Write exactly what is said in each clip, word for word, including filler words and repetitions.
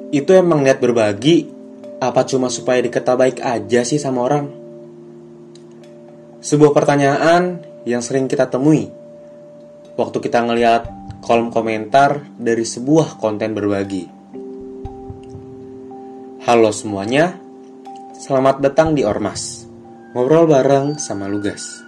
itu emang niat berbagi, apa cuma supaya dikata baik aja sih sama orang? Sebuah pertanyaan yang sering kita temui waktu kita ngelihat kolom komentar dari sebuah konten berbagi. Halo semuanya, selamat datang di Ormas, ngobrol bareng sama Lugas.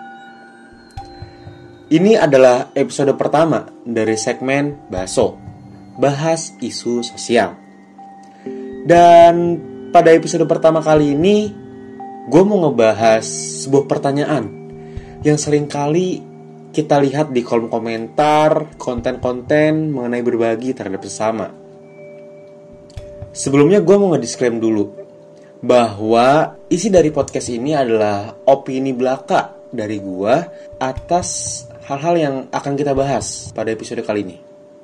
Ini adalah episode pertama dari segmen Baso, bahas isu sosial. Dan pada episode pertama kali ini, gue mau ngebahas sebuah pertanyaan yang seringkali kita lihat di kolom komentar, konten-konten mengenai berbagi terhadap sesama. Sebelumnya gue mau nge-disclaim dulu bahwa isi dari podcast ini adalah opini belaka dari gue atas hal-hal yang akan kita bahas pada episode kali ini.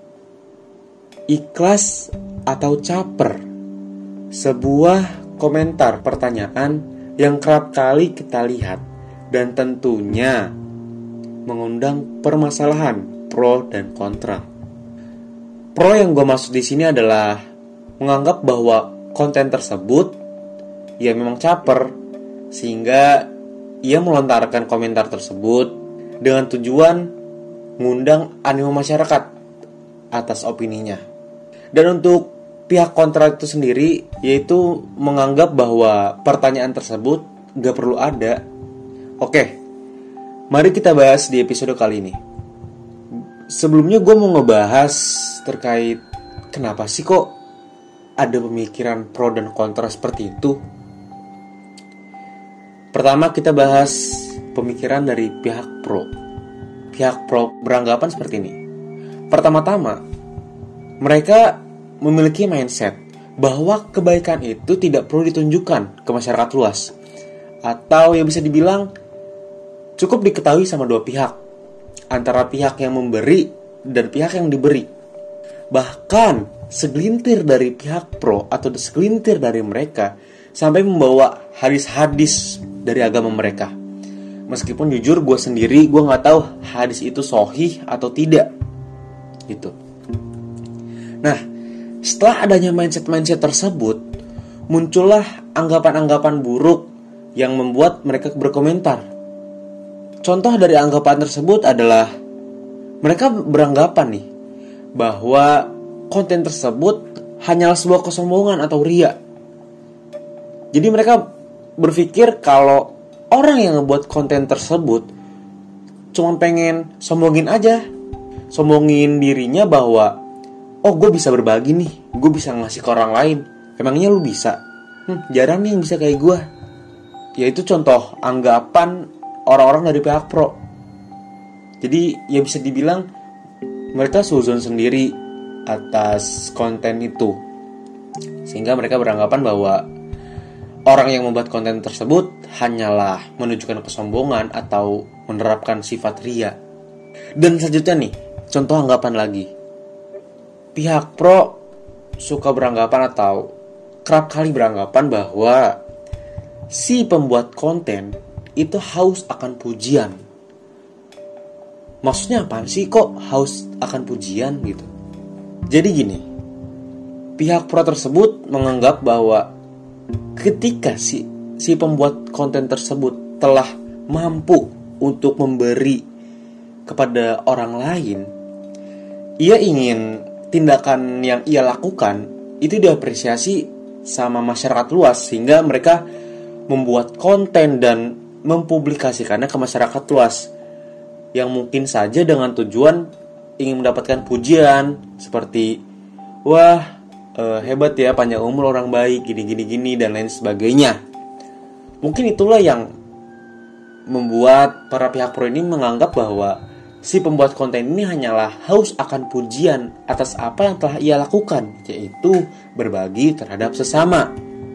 Ikhlas atau caper? Sebuah komentar pertanyaan yang kerap kali kita lihat dan tentunya mengundang permasalahan pro dan kontra. Pro yang gue maksud di sini adalah menganggap bahwa konten tersebut ya memang caper, sehingga ia melontarkan komentar tersebut dengan tujuan mengundang animo masyarakat atas opininya. Dan untuk pihak kontra itu sendiri, yaitu menganggap bahwa pertanyaan tersebut gak perlu ada. Oke, mari kita bahas di episode kali ini. Sebelumnya gue mau ngebahas terkait kenapa sih kok ada pemikiran pro dan kontra seperti itu. Pertama kita bahas pemikiran dari pihak pro. Pihak pro beranggapan seperti ini. Pertama-tama, mereka memiliki mindset bahwa kebaikan itu tidak perlu ditunjukkan ke masyarakat luas. Atau yang bisa dibilang cukup diketahui sama dua pihak, antara pihak yang memberi dan pihak yang diberi. Bahkan segelintir dari pihak pro atau segelintir dari mereka sampai membawa hadis-hadis dari agama mereka. Meskipun jujur gue sendiri gue nggak tahu hadis itu sahih atau tidak, gitu. Nah, setelah adanya mindset-mindset tersebut, muncullah anggapan-anggapan buruk yang membuat mereka berkomentar. Contoh dari anggapan tersebut adalah mereka beranggapan nih bahwa konten tersebut hanyalah sebuah kesombongan atau ria. Jadi mereka berpikir kalau orang yang ngebuat konten tersebut cuma pengen sombongin aja, sombongin dirinya bahwa oh gue bisa berbagi nih, gue bisa ngasih ke orang lain. Emangnya lu bisa? Hmm, jarang nih yang bisa kayak gue. Ya itu contoh anggapan orang-orang dari pihak pro. Jadi ya bisa dibilang mereka suzon sendiri atas konten itu, sehingga mereka beranggapan bahwa orang yang membuat konten tersebut hanyalah menunjukkan kesombongan atau menerapkan sifat ria. Dan selanjutnya nih, contoh anggapan lagi. Pihak pro suka beranggapan atau kerap kali beranggapan bahwa si pembuat konten itu haus akan pujian. Maksudnya apaan sih kok haus akan pujian gitu? Jadi gini, pihak pro tersebut menganggap bahwa ketika si, si pembuat konten tersebut telah mampu untuk memberi kepada orang lain, ia ingin tindakan yang ia lakukan itu diapresiasi sama masyarakat luas, sehingga mereka membuat konten dan mempublikasikannya ke masyarakat luas yang mungkin saja dengan tujuan ingin mendapatkan pujian seperti wah Uh, hebat ya, panjang umur, orang baik, gini-gini-gini dan lain sebagainya. Mungkin itulah yang membuat para pihak pro ini menganggap bahwa si pembuat konten ini hanyalah haus akan pujian atas apa yang telah ia lakukan, yaitu berbagi terhadap sesama.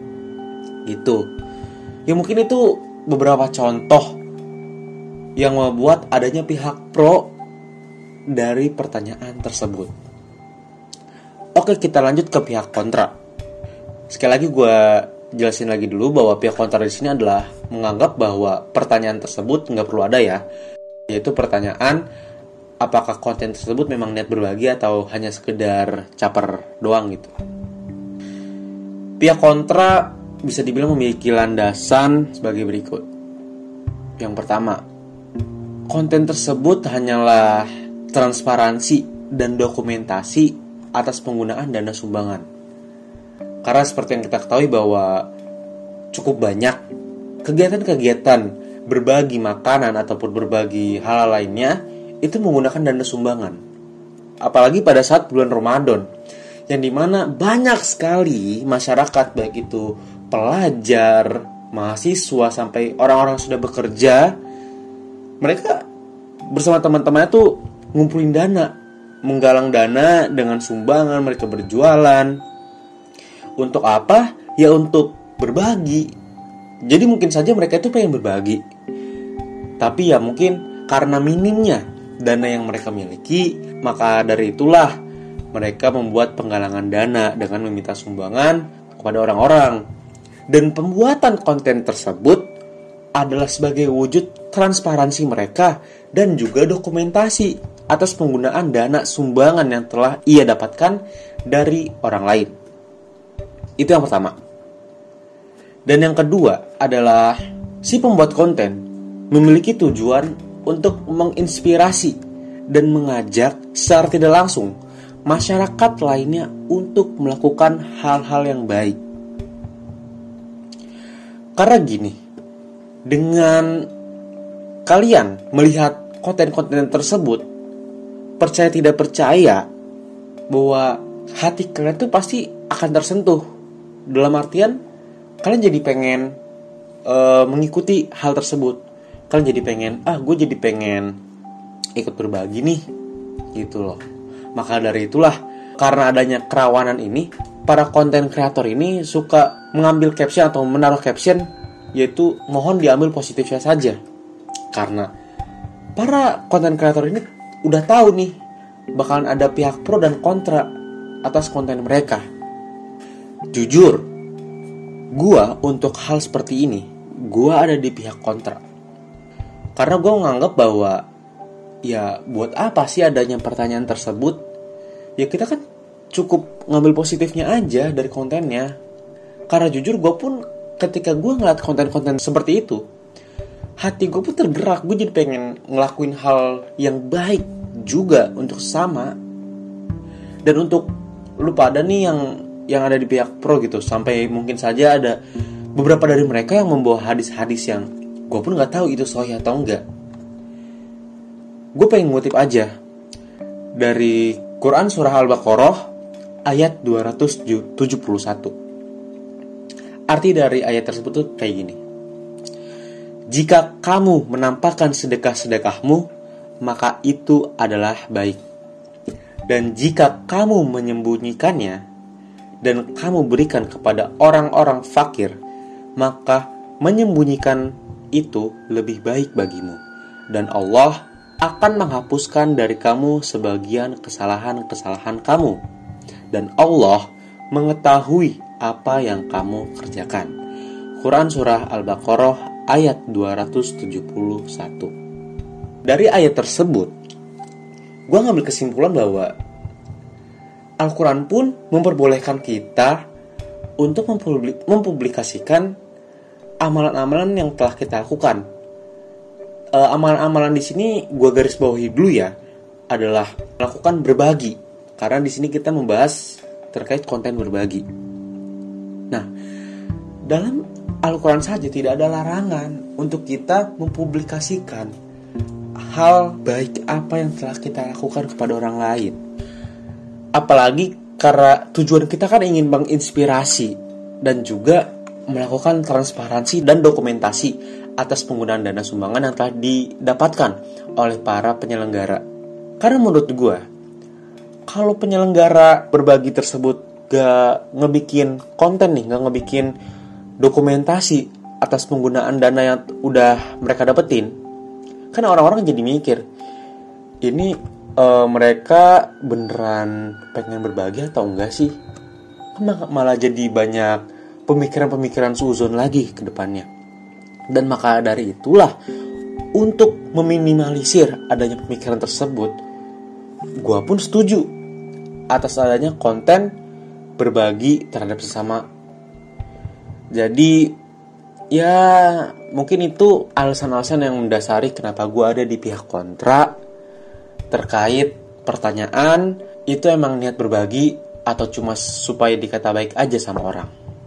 Gitu. Ya mungkin itu beberapa contoh yang membuat adanya pihak pro dari pertanyaan tersebut. Oke, kita lanjut ke pihak kontra. Sekali lagi gue jelasin lagi dulu bahwa pihak kontra di sini adalah menganggap bahwa pertanyaan tersebut nggak perlu ada ya, yaitu pertanyaan apakah konten tersebut memang niat berbagi atau hanya sekedar caper doang gitu. Pihak kontra bisa dibilang memiliki landasan sebagai berikut. Yang pertama, konten tersebut hanyalah transparansi dan dokumentasi atas penggunaan dana sumbangan. Karena seperti yang kita ketahui bahwa cukup banyak kegiatan-kegiatan berbagi makanan ataupun berbagi hal lainnya itu menggunakan dana sumbangan. Apalagi pada saat bulan Ramadan, yang dimana banyak sekali masyarakat, baik itu pelajar, mahasiswa, sampai orang-orang yang sudah bekerja, mereka bersama teman-temannya tuh ngumpulin dana, menggalang dana dengan sumbangan, mereka berjualan. Untuk apa? Ya untuk berbagi. Jadi mungkin saja mereka itu pengen berbagi, tapi ya mungkin karena minimnya dana yang mereka miliki, maka dari itulah mereka membuat penggalangan dana dengan meminta sumbangan kepada orang-orang. Dan pembuatan konten tersebut adalah sebagai wujud transparansi mereka dan juga dokumentasi atas penggunaan dana sumbangan yang telah ia dapatkan dari orang lain. Itu yang pertama. Dan yang kedua adalah si pembuat konten memiliki tujuan untuk menginspirasi dan mengajak secara tidak langsung masyarakat lainnya untuk melakukan hal-hal yang baik. Karena gini, dengan kalian melihat konten-konten tersebut, percaya tidak percaya bahwa hati kalian tuh pasti akan tersentuh. Dalam artian kalian jadi pengen uh, mengikuti hal tersebut. Kalian jadi pengen, ah gue jadi pengen ikut berbagi nih, gitu loh. Maka dari itulah, karena adanya kerawanan ini, para konten kreator ini suka mengambil caption atau menaruh caption, yaitu mohon diambil positifnya saja. Karena para konten kreator ini udah tahu nih, bakalan ada pihak pro dan kontra atas konten mereka. Jujur, gua untuk hal seperti ini, gua ada di pihak kontra. Karena gua menganggap bahwa ya buat apa sih adanya pertanyaan tersebut? Ya kita kan cukup ngambil positifnya aja dari kontennya. Karena jujur gua pun ketika gua ngeliat konten-konten seperti itu, hati gua pun tergerak. Gua jadi pengen ngelakuin hal yang baik juga untuk sesama. Dan untuk lu pada nih yang yang ada di pihak pro gitu, sampai mungkin saja ada beberapa dari mereka yang membawa hadis-hadis yang gue pun nggak tahu itu sahih atau enggak. Gue pengen ngutip aja dari Quran surah Al-Baqarah ayat dua ratus tujuh puluh satu. Arti dari ayat tersebut tuh kayak gini: jika kamu menampakkan sedekah-sedekahmu, maka itu adalah baik. Dan jika kamu menyembunyikannya dan kamu berikan kepada orang-orang fakir, maka menyembunyikan itu lebih baik bagimu. Dan Allah akan menghapuskan dari kamu sebagian kesalahan-kesalahan kamu. Dan Allah mengetahui apa yang kamu kerjakan. Quran surah Al-Baqarah ayat dua ratus tujuh puluh satu. Dari ayat tersebut, gue ngambil kesimpulan bahwa Al-Quran pun memperbolehkan kita untuk mempublik- mempublikasikan amalan-amalan yang telah kita lakukan. E, amalan-amalan di sini gue garis bawahi dulu ya, adalah melakukan berbagi. Karena di sini kita membahas terkait konten berbagi. Nah, dalam Al-Quran saja tidak ada larangan untuk kita mempublikasikan hal baik apa yang telah kita lakukan kepada orang lain. Apalagi karena tujuan kita kan ingin menginspirasi dan juga melakukan transparansi dan dokumentasi atas penggunaan dana sumbangan yang telah didapatkan oleh para penyelenggara. Karena menurut gue, kalau penyelenggara berbagi tersebut gak ngebikin konten nih, gak ngebikin dokumentasi atas penggunaan dana yang udah mereka dapetin, kan orang-orang jadi mikir, ini uh, mereka beneran pengen berbagi atau enggak sih? Malah jadi banyak pemikiran-pemikiran suzon lagi ke depannya. Dan maka dari itulah, untuk meminimalisir adanya pemikiran tersebut, gua pun setuju atas adanya konten berbagi terhadap sesama Jadi ya mungkin itu alasan-alasan yang mendasari kenapa gue ada di pihak kontra terkait pertanyaan itu emang niat berbagi atau cuma supaya dikata baik aja sama orang.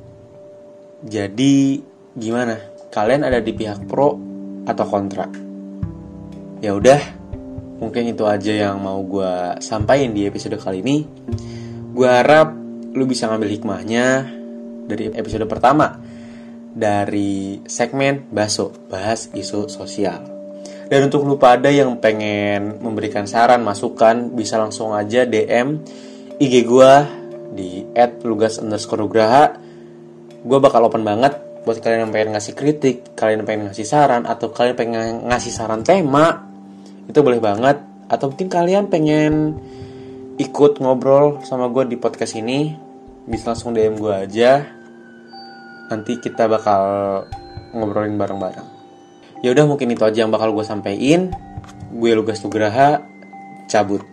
Jadi gimana? Kalian ada di pihak pro atau kontra? Ya udah, mungkin itu aja yang mau gue sampaikan di episode kali ini. Gue harap lu bisa ngambil hikmahnya dari episode pertama dari segmen Baso, bahas isu sosial. Dan untuk lu pada yang pengen memberikan saran, masukan, bisa langsung aja D M I G gue di et lugas underscore nugraha. Gue bakal open banget buat kalian yang pengen ngasih kritik, kalian yang pengen ngasih saran, atau kalian pengen ngasih saran tema, itu boleh banget. Atau mungkin kalian pengen ikut ngobrol sama gue di podcast ini, bisa langsung D M gue aja. Nanti kita bakal ngobrolin bareng-bareng. Ya udah, mungkin itu aja yang bakal gue sampein. Gue Lugas Nugraha, cabut.